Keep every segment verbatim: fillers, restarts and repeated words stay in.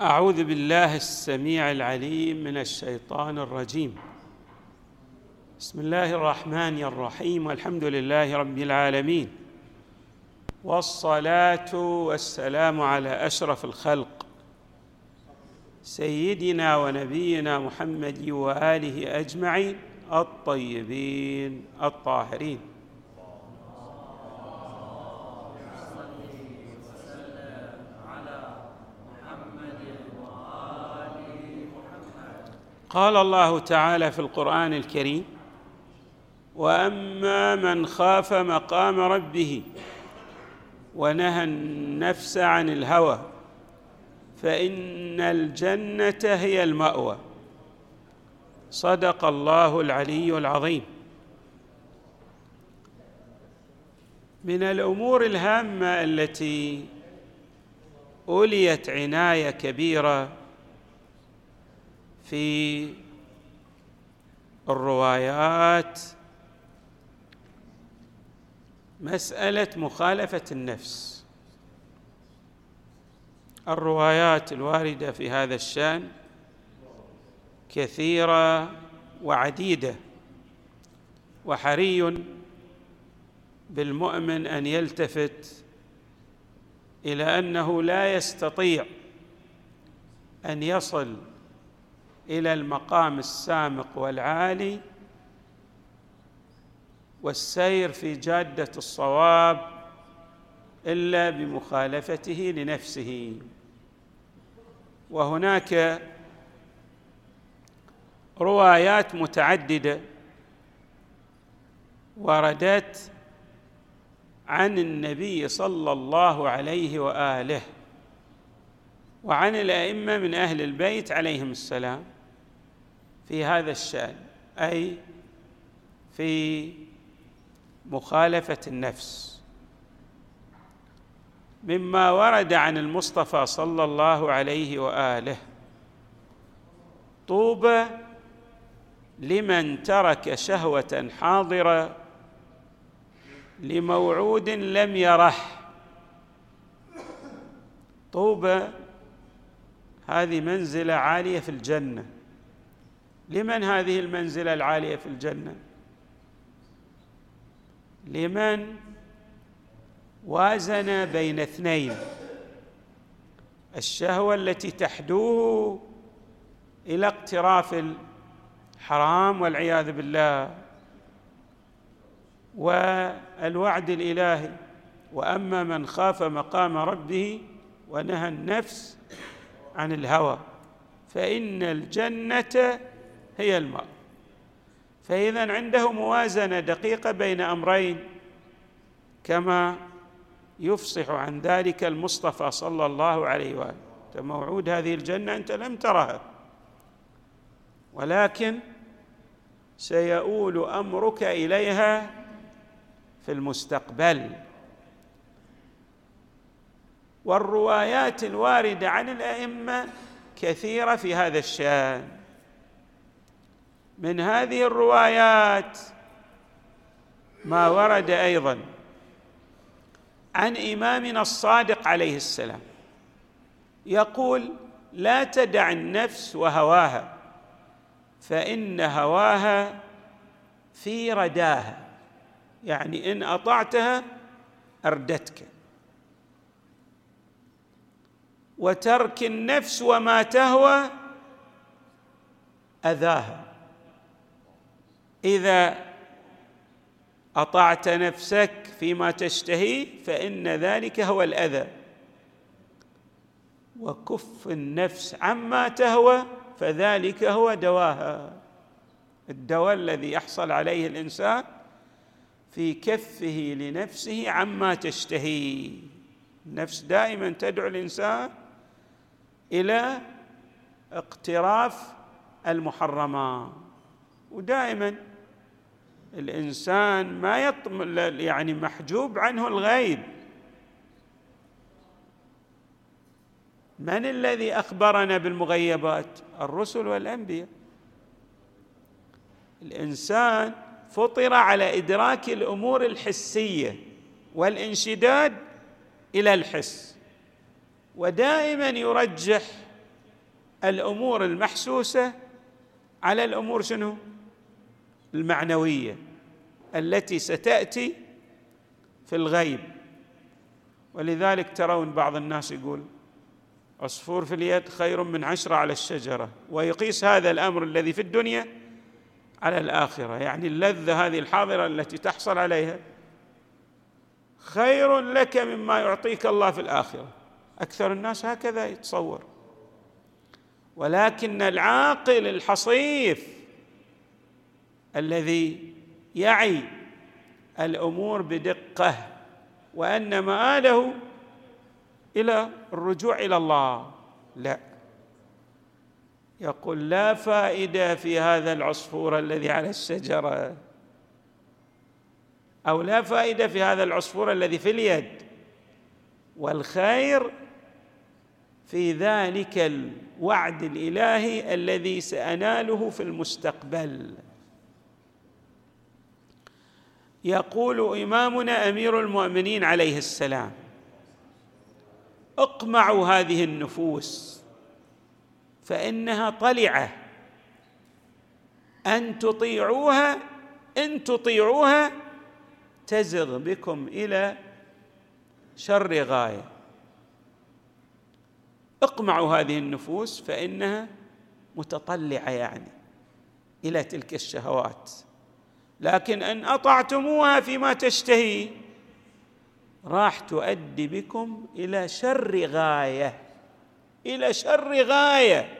أعوذ بالله السميع العليم من الشيطان الرجيم. بسم الله الرحمن الرحيم، والحمد لله رب العالمين، والصلاة والسلام على أشرف الخلق سيدنا ونبينا محمد وآله أجمعين الطيبين الطاهرين. قال الله تعالى في القرآن الكريم: وأما من خاف مقام ربه ونهى النفس عن الهوى فإن الجنة هي المأوى. صدق الله العلي العظيم. من الأمور الهامة التي أوليت عناية كبيرة في الروايات مسألة مخالفة النفس. الروايات الواردة في هذا الشأن كثيرة وعديدة، وحري بالمؤمن أن يلتفت إلى أنه لا يستطيع أن يصل إلى المقام السامق والعالي والسير في جادة الصواب إلا بمخالفته لنفسه. وهناك روايات متعددة وردت عن النبي صلى الله عليه وآله وعن الأئمة من أهل البيت عليهم السلام في هذا الشأن، أي في مخالفة النفس. مما ورد عن المصطفى صلى الله عليه وآله: طوبى لمن ترك شهوة حاضرة لموعود لم يره. طوبى هذه منزلة عالية في الجنة. لمن هذه المنزلة العالية في الجنة؟ لمن وازن بين اثنين: الشهوة التي تحدوه إلى اقتراف الحرام والعياذ بالله، والوعد الإلهي: وأما من خاف مقام ربه ونهى النفس عن الهوى فإن الجنة هي المأوى. فإذن عنده موازنة دقيقة بين أمرين، كما يفصح عن ذلك المصطفى صلى الله عليه وآله. موعود هذه الجنة أنت لم ترها، ولكن سيؤول أمرك إليها في المستقبل. والروايات الواردة عن الأئمة كثيرة في هذا الشأن. من هذه الروايات ما ورد أيضاً عن إمامنا الصادق عليه السلام يقول: لا تدع النفس وهواها فإن هواها في رداها، يعني إن أطعتها أردتك. وترك النفس وما تهوى أذاها. إذا أطعت نفسك فيما تشتهي فإن ذلك هو الأذى، وكف النفس عما تهوى فذلك هو دواها. الدواء الذي يحصل عليه الإنسان في كفه لنفسه عما تشتهي. النفس دائما تدعو الإنسان إلى اقتراف المحرمات، ودائما الإنسان ما يطم يعني محجوب عنه الغيب. من الذي أخبرنا بالمغيبات؟ الرسل والأنبياء. الإنسان فطر على إدراك الأمور الحسية والانشداد إلى الحس، ودائما يرجح الأمور المحسوسة على الأمور شنو؟ المعنوية التي ستأتي في الغيب. ولذلك ترون بعض الناس يقول عصفور في اليد خير من عشرة على الشجرة، ويقيس هذا الأمر الذي في الدنيا على الآخرة، يعني اللذة هذه الحاضرة التي تحصل عليها خير لك مما يعطيك الله في الآخرة. أكثر الناس هكذا يتصور، ولكن العاقل الحصيف الذي يعي الأمور بدقة وأن مآله إلى الرجوع إلى الله، لا، يقول لا فائدة في هذا العصفور الذي على الشجرة، أو لا فائدة في هذا العصفور الذي في اليد، والخير في ذلك الوعد الإلهي الذي سأناله في المستقبل. يقول إمامنا أمير المؤمنين عليه السلام: اقمعوا هذه النفوس فإنها طلعة، أن تطيعوها إن تطيعوها تزغ بكم إلى شر غاية. اقمعوا هذه النفوس فإنها متطلعة يعني إلى تلك الشهوات، لكن أن أطعتموها فيما تشتهي راح تؤدي بكم إلى شر غاية، إلى شر غاية.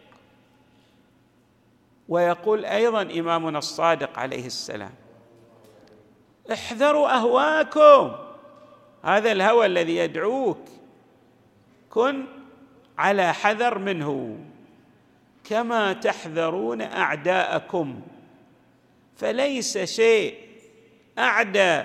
ويقول أيضا إمامنا الصادق عليه السلام: احذروا أهواكم، هذا الهوى الذي يدعوك كن على حذر منه كما تحذرون أعداءكم، فليس شيء أعدى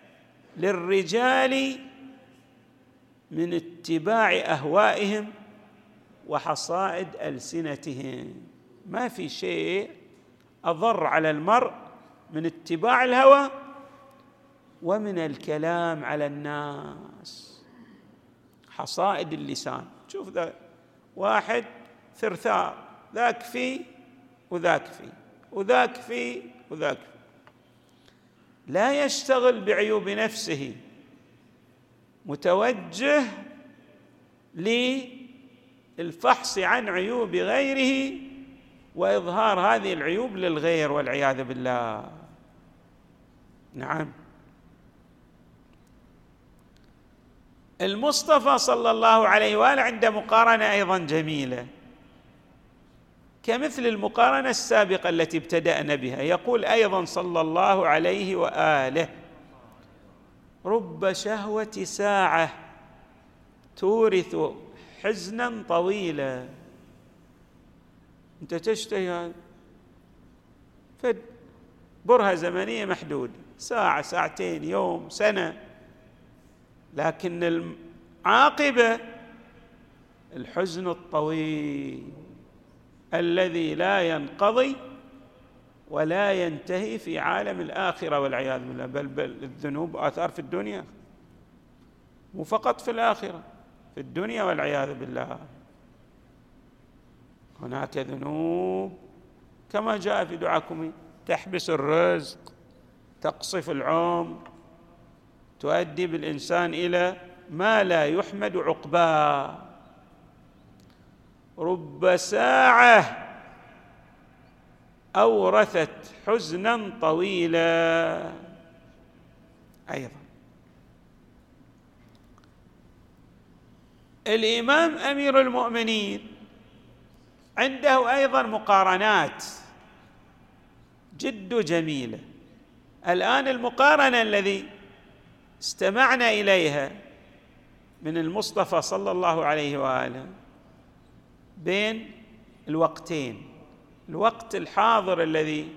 للرجال من اتباع أهوائهم وحصائد ألسنتهم. ما في شيء أضر على المرء من اتباع الهوى ومن الكلام على الناس. حصائد اللسان، شوف ذا واحد ثرثار، ذاك فيه وذاك فيه وذاك فيه وذاك فيه، لا يشتغل بعيوب نفسه، متوجه للفحص عن عيوب غيره وإظهار هذه العيوب للغير والعياذ بالله. نعم، المصطفى صلى الله عليه وآله عنده مقارنة أيضا جميلة كمثل المقارنة السابقة التي ابتدأنا بها. يقول أيضا صلى الله عليه وآله: رب شهوة ساعة تورث حزنا طويلا. أنت تشتهي فد برهة زمنية محدودة، ساعة، ساعتين، يوم، سنة، لكن العاقبة الحزن الطويل الذي لا ينقضي ولا ينتهي في عالم الآخرة والعياذ بالله. بل بل الذنوب آثار في الدنيا، مو فقط في الآخرة، في الدنيا والعياذ بالله. هناك ذنوب كما جاء في دعاكم تحبس الرزق، تقصف العمر، تؤدي بالإنسان إلى ما لا يحمد عقباه. رب ساعة أورثت حزنا طويلا. أيضا الإمام أمير المؤمنين عنده أيضا مقارنات جد جميلة. الآن المقارنة الذي استمعنا إليها من المصطفى صلى الله عليه وآله بين الوقتين، الوقت الحاضر الذي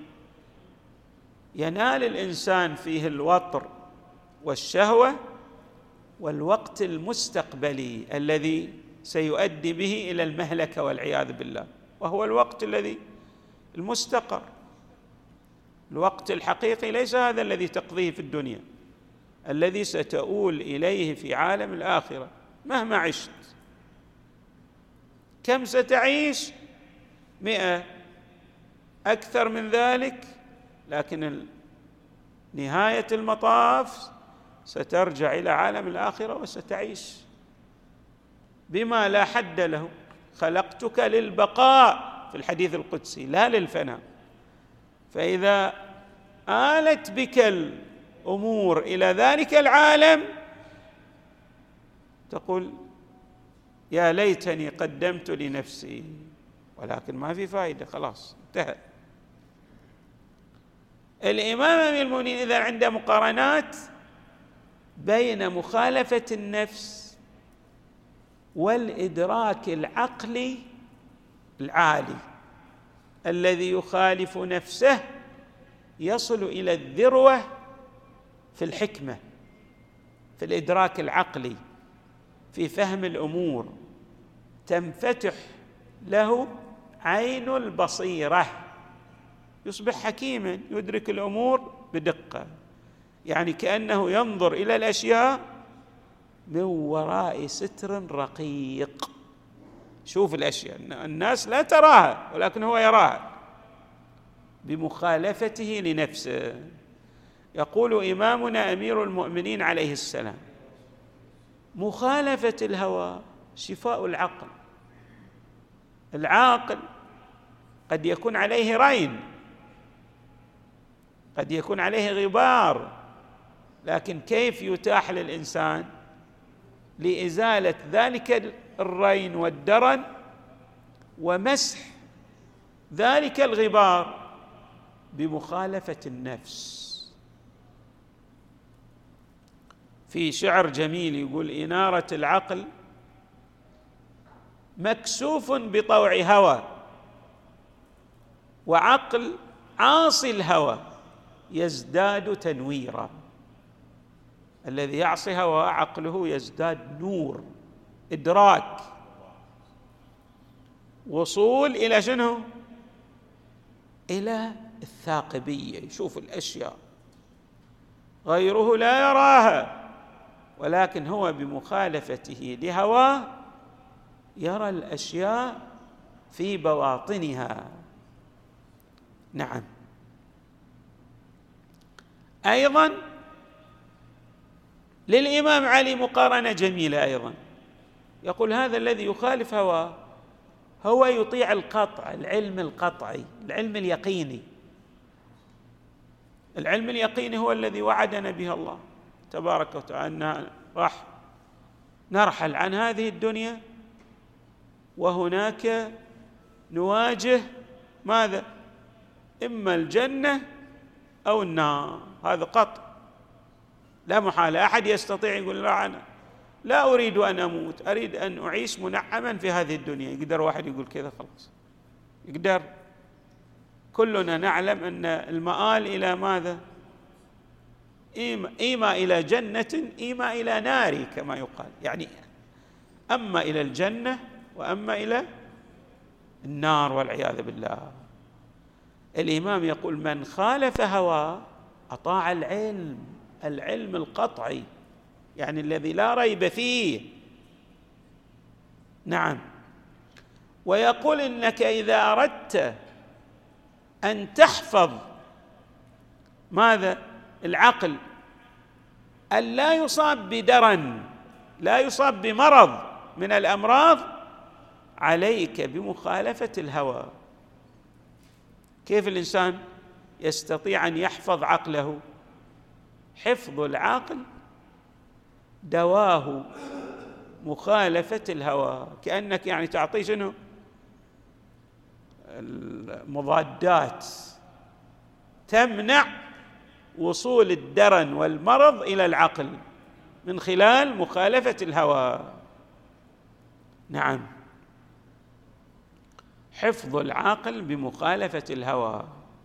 ينال الإنسان فيه الوطر والشهوة، والوقت المستقبلي الذي سيؤدي به إلى المهلكة والعياذ بالله، وهو الوقت الذي المستقر. الوقت الحقيقي ليس هذا الذي تقضيه في الدنيا، الذي ستؤول إليه في عالم الآخرة مهما عشت. كم ستعيش؟ مئة، أكثر من ذلك، لكن نهاية المطاف سترجع إلى عالم الآخرة وستعيش بما لا حد له. خلقتك للبقاء في الحديث القدسي لا للفناء. فإذا آلت بك الأمور إلى ذلك العالم تقول يا ليتني قدمت لنفسي، ولكن ما في فائدة، خلاص انتهى. الإمام أمير المؤمنين إذا عنده مقارنات بين مخالفة النفس والإدراك العقلي العالي الذي يخالف نفسه، يصل إلى الذروة في الحكمة، في الإدراك العقلي، في فهم الأمور، تنفتح له عين البصيرة، يصبح حكيما يدرك الأمور بدقة، يعني كأنه ينظر إلى الأشياء من وراء ستر رقيق. شوف الأشياء الناس لا تراها ولكن هو يراها بمخالفته لنفسه. يقول إمامنا أمير المؤمنين عليه السلام: مخالفة الهوى شفاء العقل. العاقل قد يكون عليه رين، قد يكون عليه غبار، لكن كيف يتاح للإنسان لإزالة ذلك الرين والدرن ومسح ذلك الغبار؟ بمخالفة النفس. في شعر جميل يقول: إنارة العقل مكسوف بطوع هوى، وعقل عاصي الهوى يزداد تنويرا. الذي يعصي هوى عقله يزداد نور، إدراك، وصول إلى شنو؟ إلى الثاقبية، يشوف الأشياء غيره لا يراها، ولكن هو بمخالفته لهواه يرى الأشياء في بواطنها. نعم. أيضا للإمام علي مقارنة جميلة أيضا، يقول: هذا الذي يخالف هواه هو يطيع القطع، العلم القطعي، العلم اليقيني. العلم اليقيني هو الذي وعدنا به الله تبارك وتعالى أن راح نرحل عن هذه الدنيا وهناك نواجه ماذا؟ إما الجنة أو النار، هذا قطع لا محالة. أحد يستطيع يقول: لا، أنا لا أريد أن أموت، أريد أن أعيش منعما في هذه الدنيا. يقدر واحد يقول كذا؟ خلاص يقدر. كلنا نعلم أن المآل إلى ماذا؟ إما إلى جنة إما إلى نار كما يقال، يعني أما إلى الجنة وأما إلى النار والعياذ بالله. الإمام يقول: من خالف هواه أطاع العلم، العلم القطعي، يعني الذي لا ريب فيه. نعم. ويقول: إنك إذا أردت أن تحفظ ماذا؟ العقل، أن لا يصاب بدرن، لا يصاب بمرض من الأمراض، عليك بمخالفة الهوى. كيف الإنسان يستطيع أن يحفظ عقله؟ حفظ العقل دواه مخالفة الهوى، كأنك يعني تعطيه شنو؟ المضادات تمنع وصول الدرن والمرض إلى العقل من خلال مخالفة الهوى. نعم، حفظ العقل بمخالفة الهوى.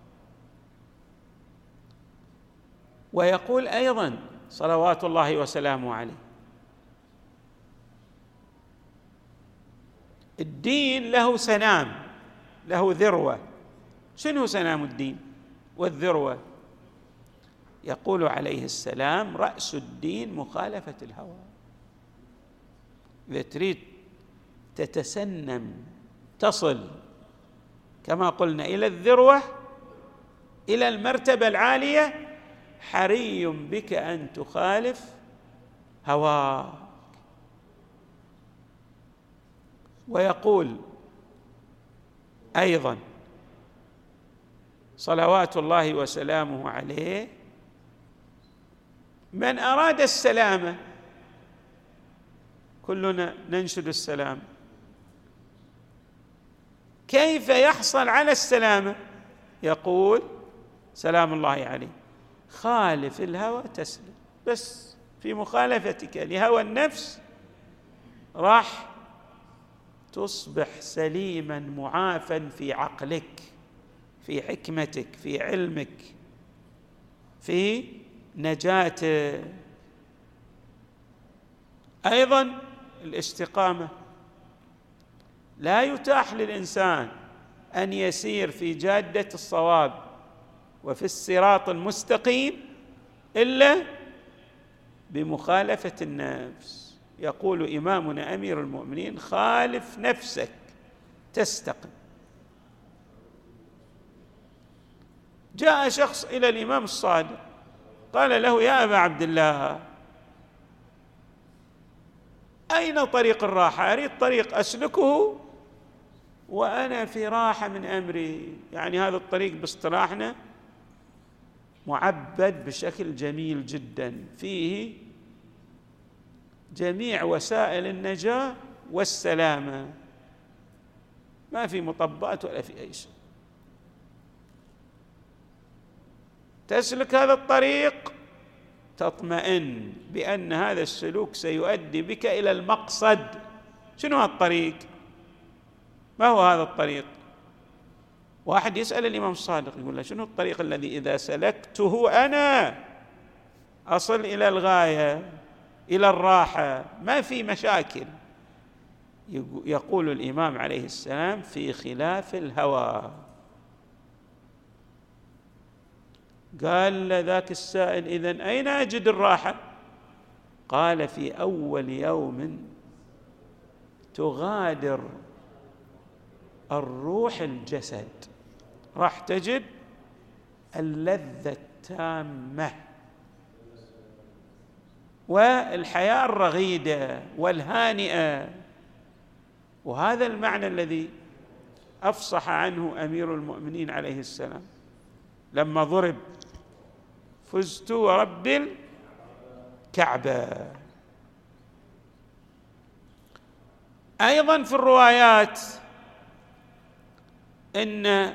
ويقول أيضا صلوات الله وسلامه عليه: الدين له سنام، له ذروة. شنو سنام الدين والذروة؟ يقول عليه السلام: رأس الدين مخالفة الهوى. إذا تريد تتسنم، تصل كما قلنا إلى الذروة، إلى المرتبة العالية، حري بك أن تخالف هواك. ويقول أيضا صلوات الله وسلامه عليه: من أراد السلامة، كلنا ننشد السلام، كيف يحصل على السلامة؟ يقول سلام الله عليه: خالف الهوى تسلم. بس في مخالفتك لهوى النفس راح تصبح سليما معافا في عقلك، في حكمتك، في علمك، في نجاته. أيضا الاستقامة، لا يتاح للإنسان أن يسير في جادة الصواب وفي الصراط المستقيم إلا بمخالفة النفس. يقول إمامنا أمير المؤمنين: خالف نفسك تستقم. جاء شخص إلى الإمام الصادق قال له: يا أبا عبد الله، أين طريق الراحة؟ أريد طريق أسلكه وأنا في راحة من أمري. يعني هذا الطريق باصطلاحنا معبد بشكل جميل جدا، فيه جميع وسائل النجاة والسلامة، ما في مطبات ولا في أي شيء. تسلك هذا الطريق تطمئن بأن هذا السلوك سيؤدي بك إلى المقصد. شنو هالطريق؟ ما هو هذا الطريق؟ واحد يسأل الإمام الصادق يقول له: شنو الطريق الذي إذا سلكته أنا أصل إلى الغاية، إلى الراحة، ما في مشاكل؟ يقول الإمام عليه السلام: في خلاف الهوى. قال ذاك السائل: إذن أين أجد الراحة؟ قال: في أول يوم تغادر الروح الجسد، راح تجد اللذة التامة والحياة الرغيدة والهانئة. وهذا المعنى الذي أفصح عنه أمير المؤمنين عليه السلام لما ضرب: فزت ورب الكعبة. أيضا في الروايات إن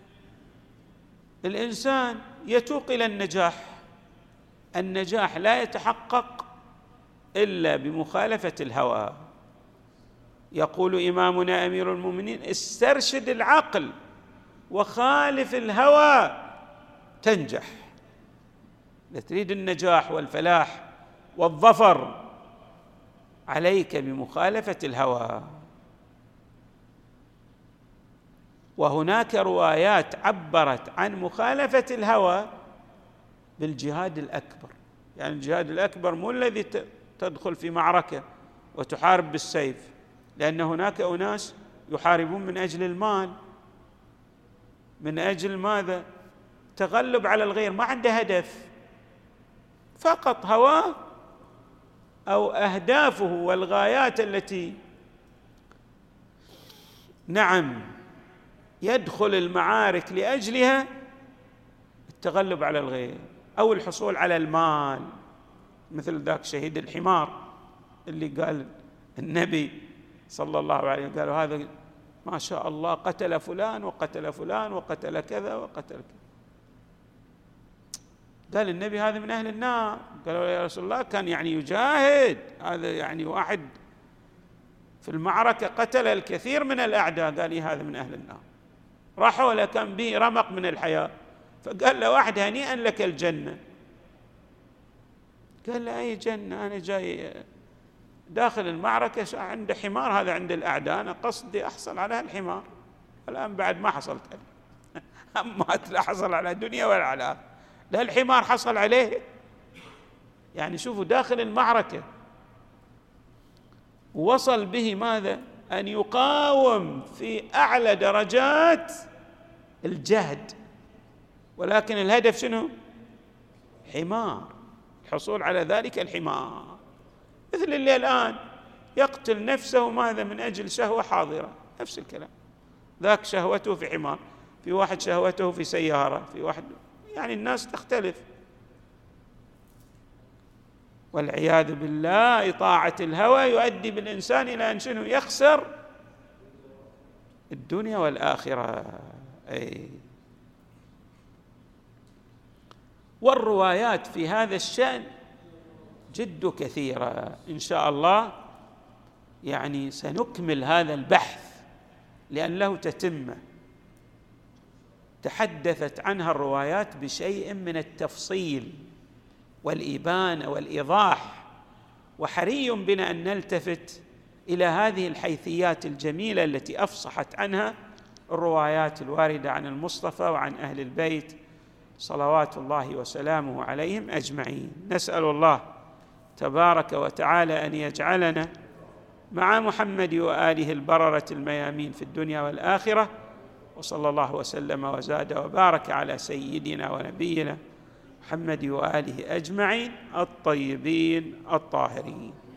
الإنسان يتوق إلى النجاح، النجاح لا يتحقق إلا بمخالفة الهوى. يقول إمامنا أمير المؤمنين: استرشد العقل وخالف الهوى تنجح. إذا تريد النجاح والفلاح والظفر عليك بمخالفة الهوى. وهناك روايات عبرت عن مخالفة الهوى بالجهاد الأكبر. يعني الجهاد الأكبر مو الذي تدخل في معركة وتحارب بالسيف، لأن هناك أناس يحاربون من أجل المال، من أجل ماذا؟ تغلب على الغير، ما عنده هدف، فقط هواه أو أهدافه والغايات التي نعم يدخل المعارك لأجلها التغلب على الغير أو الحصول على المال، مثل ذاك شهيد الحمار اللي قال النبي صلى الله عليه وسلم، قالوا هذا ما شاء الله قتل فلان وقتل فلان وقتل كذا وقتل كذا. قال النبي: هذا من أهل النار. قالوا: يا رسول الله كان يعني يجاهد، هذا يعني واحد في المعركة قتل الكثير من الأعداء. قال: إيه هذا من أهل النار. راحوا له كان به رمق من الحياة، فقال له واحد: هنيئا لك الجنة. قال له: أي جنة؟ أنا جاي داخل المعركة عنده حمار، هذا عند الأعداء، أنا قصدي أحصل على الحمار، الآن بعد ما حصلت عليه. أما لا حصل على الدنيا ولا على الآخرة، لا الحمار حصل عليه. يعني شوفوا داخل المعركة وصل به ماذا؟ أن يقاوم في أعلى درجات الجهد، ولكن الهدف شنو؟ حمار، الحصول على ذلك الحمار. مثل اللي الآن يقتل نفسه ماذا؟ من أجل شهوة حاضرة، نفس الكلام، ذاك شهوته في حمار، في واحد شهوته في سيارة، في واحد، يعني الناس تختلف. والعياذ بالله إطاعة الهوى يؤدي بالإنسان إلى أن شنو؟ يخسر الدنيا والآخرة. أي. والروايات في هذا الشأن جد كثيرة، إن شاء الله يعني سنكمل هذا البحث لأن له تتمة، تحدثت عنها الروايات بشيء من التفصيل والإبانة والإيضاح، وحري بنا أن نلتفت إلى هذه الحيثيات الجميلة التي أفصحت عنها الروايات الواردة عن المصطفى وعن أهل البيت صلوات الله وسلامه عليهم أجمعين. نسأل الله تبارك وتعالى أن يجعلنا مع محمد وآله البررة الميامين في الدنيا والآخرة، وصلى الله وسلم وزاد وبارك على سيدنا ونبينا محمد وآله أجمعين الطيبين الطاهرين.